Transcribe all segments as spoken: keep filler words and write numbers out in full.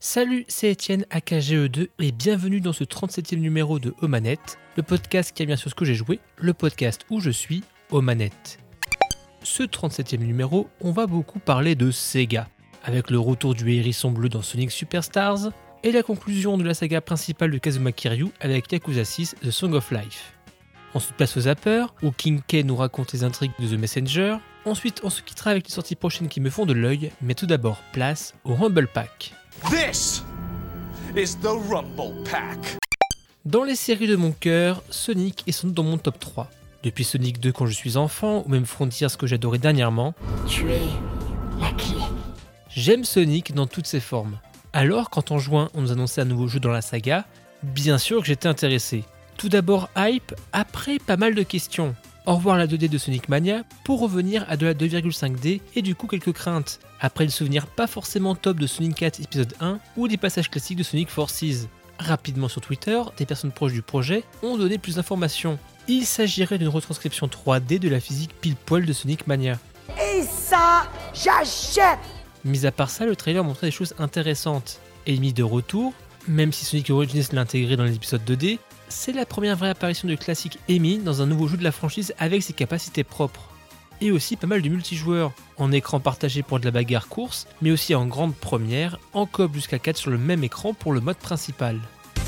Salut, c'est Etienne A K G E deux et bienvenue dans ce trente-septième numéro de Aux Manettes, le podcast qui revient sur ce que j'ai joué, le podcast où je suis aux manettes. Ce trente-septième numéro, on va beaucoup parler de Sega, avec le retour du hérisson bleu dans Sonic Superstars et la conclusion de la saga principale de Kazuma Kiryu avec Yakuza six The Song of Life. Ensuite place au Zapper, où King K nous raconte les intrigues de The Messenger. Ensuite on se quittera avec les sorties prochaines qui me font de l'œil, mais tout d'abord place au Rumble Pack. This is the Rumble Pack. Dans les séries de mon cœur, Sonic est sans doute dans mon top trois. Depuis Sonic deux quand je suis enfant, ou même Frontiers que j'adorais dernièrement, Tu es la clé. j'aime Sonic dans toutes ses formes. Alors quand en juin on nous annonçait un nouveau jeu dans la saga, bien sûr que j'étais intéressé. Tout d'abord hype, après pas mal de questions. Au revoir la deux D de Sonic Mania, pour revenir à de la deux virgule cinq D et du coup quelques craintes. Après le souvenir pas forcément top de Sonic quatre épisode un ou des passages classiques de Sonic Forces. Rapidement sur Twitter, des personnes proches du projet ont donné plus d'informations. Il s'agirait d'une retranscription trois D de la physique pile poil de Sonic Mania. Et ça, j'achète. Mis à part ça, le trailer montrait des choses intéressantes. Amy de retour, même si Sonic Origins l'a intégré dans les épisodes deux D, c'est la première vraie apparition du classique Amy dans un nouveau jeu de la franchise avec ses capacités propres. Et aussi pas mal de multijoueurs, en écran partagé pour de la bagarre course, mais aussi en grande première, en coop jusqu'à quatre sur le même écran pour le mode principal.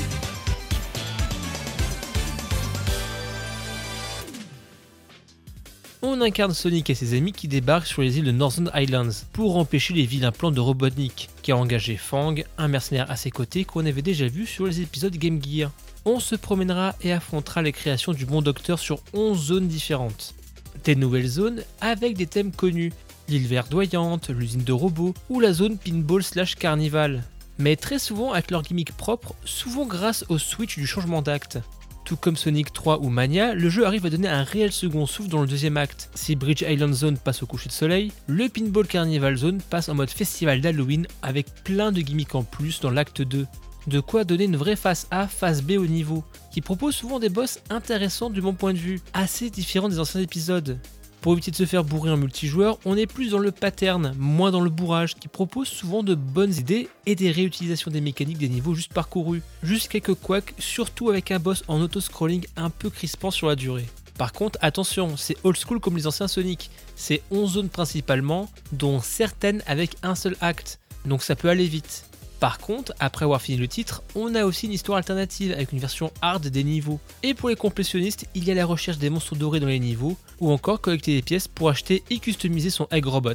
On incarne Sonic et ses amis qui débarquent sur les îles de Northern Islands pour empêcher les vilains plans de Robotnik, qui a engagé Fang, un mercenaire à ses côtés qu'on avait déjà vu sur les épisodes Game Gear. On se promènera et affrontera les créations du Bon Docteur sur onze zones différentes. Des nouvelles zones avec des thèmes connus, l'île verdoyante, l'usine de robots ou la zone pinball slash carnival. Mais très souvent avec leur gimmick propre, souvent grâce au switch du changement d'acte. Tout comme Sonic trois ou Mania, le jeu arrive à donner un réel second souffle dans le deuxième acte. Si Bridge Island Zone passe au coucher de soleil, le Pinball Carnival Zone passe en mode festival d'Halloween avec plein de gimmicks en plus dans l'acte deux. De quoi donner une vraie face A, face B au niveau, qui propose souvent des boss intéressants de mon point de vue, assez différents des anciens épisodes. Pour éviter de se faire bourrer en multijoueur, on est plus dans le pattern, moins dans le bourrage, qui propose souvent de bonnes idées et des réutilisations des mécaniques des niveaux juste parcourus. Juste quelques couacs, surtout avec un boss en auto-scrolling un peu crispant sur la durée. Par contre, attention, c'est old school comme les anciens Sonic, c'est onze zones principalement, dont certaines avec un seul acte, donc ça peut aller vite. Par contre, après avoir fini le titre, on a aussi une histoire alternative avec une version hard des niveaux. Et pour les complétionnistes, il y a la recherche des monstres dorés dans les niveaux, ou encore collecter des pièces pour acheter et customiser son Egg Robot.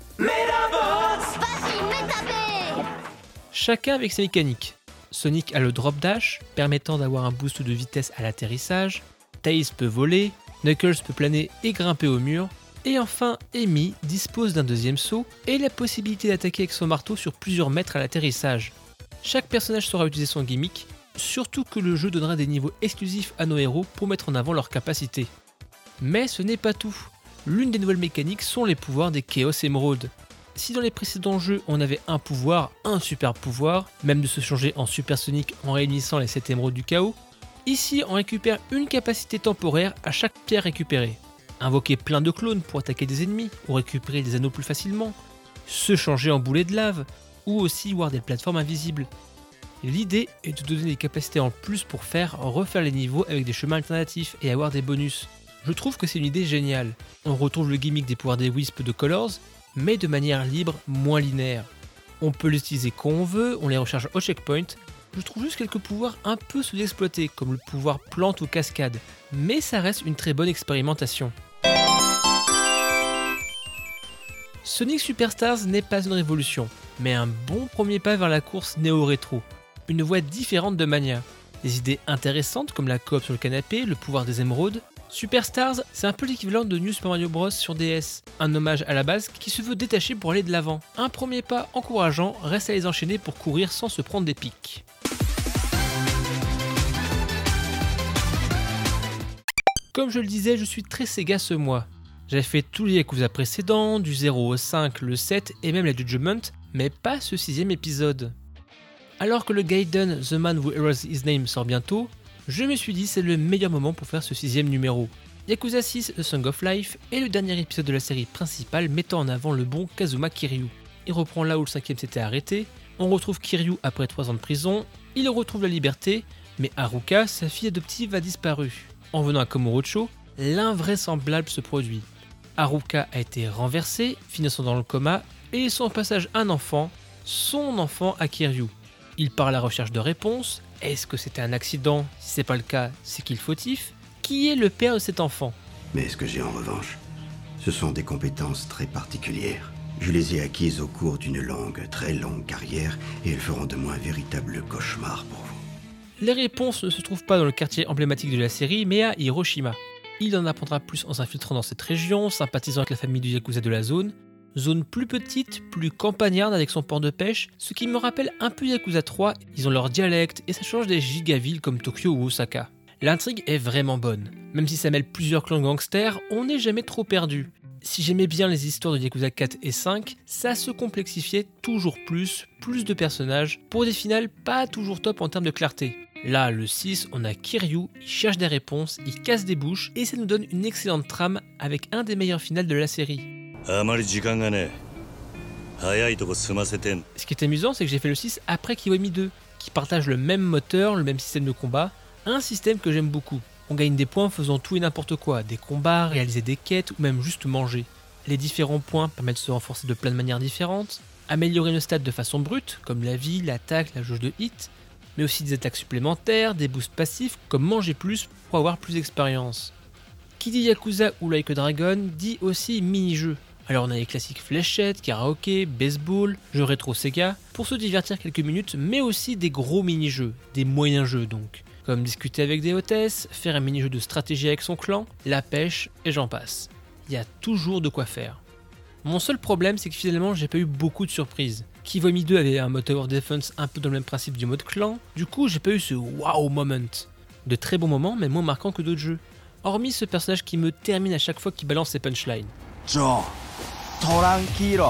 Chacun avec ses mécaniques. Sonic a le drop dash, permettant d'avoir un boost de vitesse à l'atterrissage, Tails peut voler, Knuckles peut planer et grimper au mur, et enfin, Amy dispose d'un deuxième saut et la possibilité d'attaquer avec son marteau sur plusieurs mètres à l'atterrissage. Chaque personnage saura utiliser son gimmick, surtout que le jeu donnera des niveaux exclusifs à nos héros pour mettre en avant leurs capacités. Mais ce n'est pas tout. L'une des nouvelles mécaniques sont les pouvoirs des Chaos Emerald. Si dans les précédents jeux on avait un pouvoir, un super pouvoir, même de se changer en Super Sonic en réunissant les sept émeraudes du chaos, ici on récupère une capacité temporaire à chaque pierre récupérée. Invoquer plein de clones pour attaquer des ennemis ou récupérer des anneaux plus facilement, se changer en boulet de lave ou aussi voir des plateformes invisibles. L'idée est de donner des capacités en plus pour faire refaire les niveaux avec des chemins alternatifs et avoir des bonus. Je trouve que c'est une idée géniale. On retrouve le gimmick des pouvoirs des Wisps de Colors, mais de manière libre, moins linéaire. On peut les utiliser quand on veut, on les recharge au checkpoint. Je trouve juste quelques pouvoirs un peu sous-exploités, comme le pouvoir plante ou cascade, mais ça reste une très bonne expérimentation. Sonic Superstars n'est pas une révolution, mais un bon premier pas vers la course néo-rétro. Une voie différente de Mania. Des idées intéressantes comme la coop sur le canapé, le pouvoir des émeraudes. Superstars, c'est un peu l'équivalent de New Super Mario Bros sur D S, un hommage à la base qui se veut détaché pour aller de l'avant. Un premier pas encourageant, reste à les enchaîner pour courir sans se prendre des pics. Comme je le disais, je suis très Sega ce mois. J'avais fait tous les Yakuza précédents, du zéro au cinq, le sept et même la Judgment, mais pas ce sixième épisode. Alors que le Gaiden The Man Who Erased His Name sort bientôt, je me suis dit c'est le meilleur moment pour faire ce sixième numéro. Yakuza six The Song of Life est le dernier épisode de la série principale mettant en avant le bon Kazuma Kiryu. Il reprend là où le cinquième s'était arrêté, On retrouve Kiryu après trois ans de prison, il retrouve la liberté, mais Haruka, sa fille adoptive, a disparu. En venant à Kamurocho, l'invraisemblable se produit. Haruka a été renversée, finissant dans le coma, et laissant au passage un enfant, son enfant à Kiryu. Il part à la recherche de réponses. Est-ce que c'était un accident? Si c'est pas le cas, c'est qu'il fautif. Qui est le père de cet enfant? Mais ce que j'ai en revanche, ce sont des compétences très particulières. Je les ai acquises au cours d'une longue, très longue carrière, et elles feront de moi un véritable cauchemar pour vous. Les réponses ne se trouvent pas dans le quartier emblématique de la série, mais à Hiroshima. Il en apprendra plus en s'infiltrant dans cette région, sympathisant avec la famille du Yakuza de la zone. Zone plus petite, plus campagnarde avec son port de pêche, ce qui me rappelle un peu Yakuza trois, ils ont leur dialecte et ça change des gigavilles comme Tokyo ou Osaka. L'intrigue est vraiment bonne, même si ça mêle plusieurs clans de gangsters, on n'est jamais trop perdu. Si j'aimais bien les histoires de Yakuza quatre et cinq, ça se complexifiait toujours plus, plus de personnages, pour des finales pas toujours top en termes de clarté. Là, le six, on a Kiryu, il cherche des réponses, il casse des bouches, et ça nous donne une excellente trame avec un des meilleurs finales de la série. Ce qui est amusant, c'est que j'ai fait le six après Kiwami deux, qui partage le même moteur, le même système de combat, un système que j'aime beaucoup. On gagne des points en faisant tout et n'importe quoi, des combats, réaliser des quêtes ou même juste manger. Les différents points permettent de se renforcer de plein de manières différentes, améliorer nos stats de façon brute, comme la vie, l'attaque, la jauge de hit, mais aussi des attaques supplémentaires, des boosts passifs, comme manger plus pour avoir plus d'expérience. Qui dit Yakuza ou Like a Dragon dit aussi mini-jeux. Alors on a les classiques fléchettes, karaoké, baseball, jeux rétro Sega, pour se divertir quelques minutes, mais aussi des gros mini-jeux, des moyens jeux donc, comme discuter avec des hôtesses, faire un mini-jeu de stratégie avec son clan, la pêche, et j'en passe. Il y a toujours de quoi faire. Mon seul problème, c'est que finalement j'ai pas eu beaucoup de surprises. Kiwami deux avait un mode Tower Defense un peu dans le même principe du mode clan, du coup j'ai pas eu ce wow moment. De très bons moments, mais moins marquants que d'autres jeux. Hormis ce personnage qui me termine à chaque fois qu'il balance ses punchlines. John, tranquilo.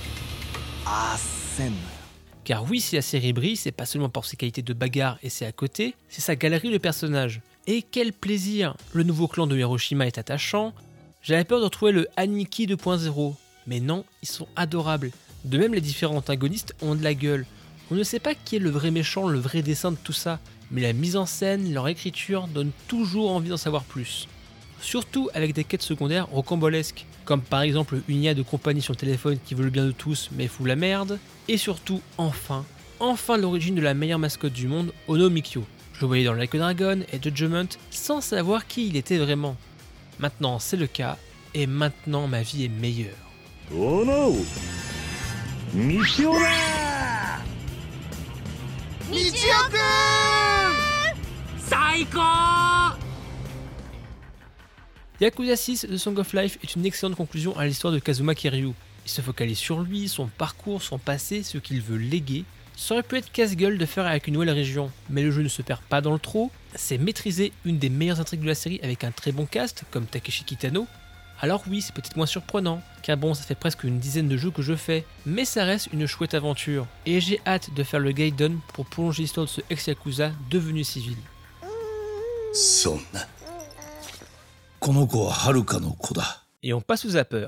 Asen. Car oui, si la série brille, c'est pas seulement pour ses qualités de bagarre et c'est à côté, c'est sa galerie de personnages. Et quel plaisir! Le nouveau clan de Hiroshima est attachant. J'avais peur de retrouver le Aniki deux point zéro, mais non, ils sont adorables. De même, les différents antagonistes ont de la gueule. On ne sait pas qui est le vrai méchant, le vrai dessin de tout ça, mais la mise en scène, leur écriture donnent toujours envie d'en savoir plus. Surtout avec des quêtes secondaires rocambolesques, comme par exemple une I A de compagnie sur le téléphone qui veut le bien de tous mais fout la merde, et surtout, enfin, enfin l'origine de la meilleure mascotte du monde, Ono Mikio. Je le voyais dans Like a Dragon et Judgment sans savoir qui il était vraiment. Maintenant c'est le cas, et maintenant ma vie est meilleure. Oh no! Mikio Yakuza six The Song of Life est une excellente conclusion à l'histoire de Kazuma Kiryu. Il se focalise sur lui, son parcours, son passé, ce qu'il veut léguer. Ça aurait pu être casse-gueule de faire avec une nouvelle région, mais le jeu ne se perd pas dans le trop. C'est maîtriser une des meilleures intrigues de la série avec un très bon cast, comme Takeshi Kitano. Alors oui, c'est peut-être moins surprenant, car bon, ça fait presque une dizaine de jeux que je fais, mais ça reste une chouette aventure, et j'ai hâte de faire le Gaiden pour prolonger l'histoire de ce ex-Yakuza devenu civil. Sonna. Et on passe au zapper.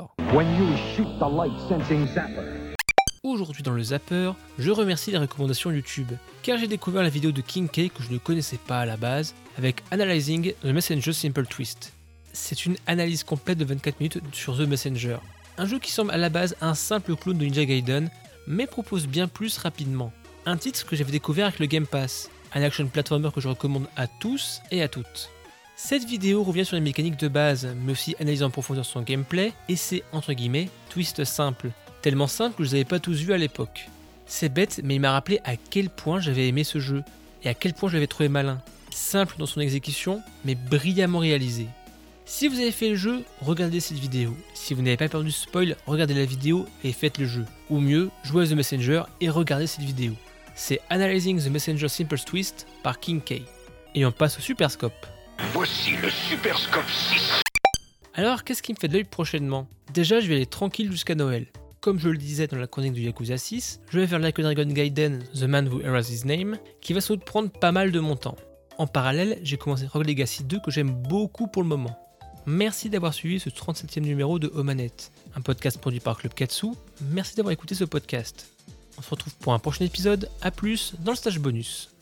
Aujourd'hui dans le zapper, je remercie les recommandations YouTube, car j'ai découvert la vidéo de King K que je ne connaissais pas à la base, avec Analyzing the Messenger Simple Twist. C'est une analyse complète de vingt-quatre minutes sur The Messenger, un jeu qui semble à la base un simple clone de Ninja Gaiden, mais propose bien plus rapidement. Un titre que j'avais découvert avec le Game Pass, un action platformer que je recommande à tous et à toutes. Cette vidéo revient sur les mécaniques de base, mais aussi analyse en profondeur son gameplay, et c'est entre guillemets twist simple, tellement simple que je ne les avais pas tous vus à l'époque. C'est bête, mais il m'a rappelé à quel point j'avais aimé ce jeu, et à quel point je l'avais trouvé malin. Simple dans son exécution, mais brillamment réalisé. Si vous avez fait le jeu, regardez cette vidéo. Si vous n'avez pas peur du spoil, regardez la vidéo et faites le jeu. Ou mieux, jouez à The Messenger et regardez cette vidéo. C'est Analyzing the Messenger Simple Twist par King K. Et on passe au Super Scope. Voici le Super Scope six. Alors, qu'est-ce qui me fait de l'œil prochainement? Déjà, je vais aller tranquille jusqu'à Noël. Comme je le disais dans la chronique du Yakuza six, je vais faire Like a Dragon Gaiden The Man Who Erased His Name, qui va sans doute prendre pas mal de mon temps. En parallèle, j'ai commencé Rogue Legacy deux que j'aime beaucoup pour le moment. Merci d'avoir suivi ce trente-septième numéro de Omanette, un podcast produit par Club Katsu. Merci d'avoir écouté ce podcast. On se retrouve pour un prochain épisode, à plus dans le stage bonus.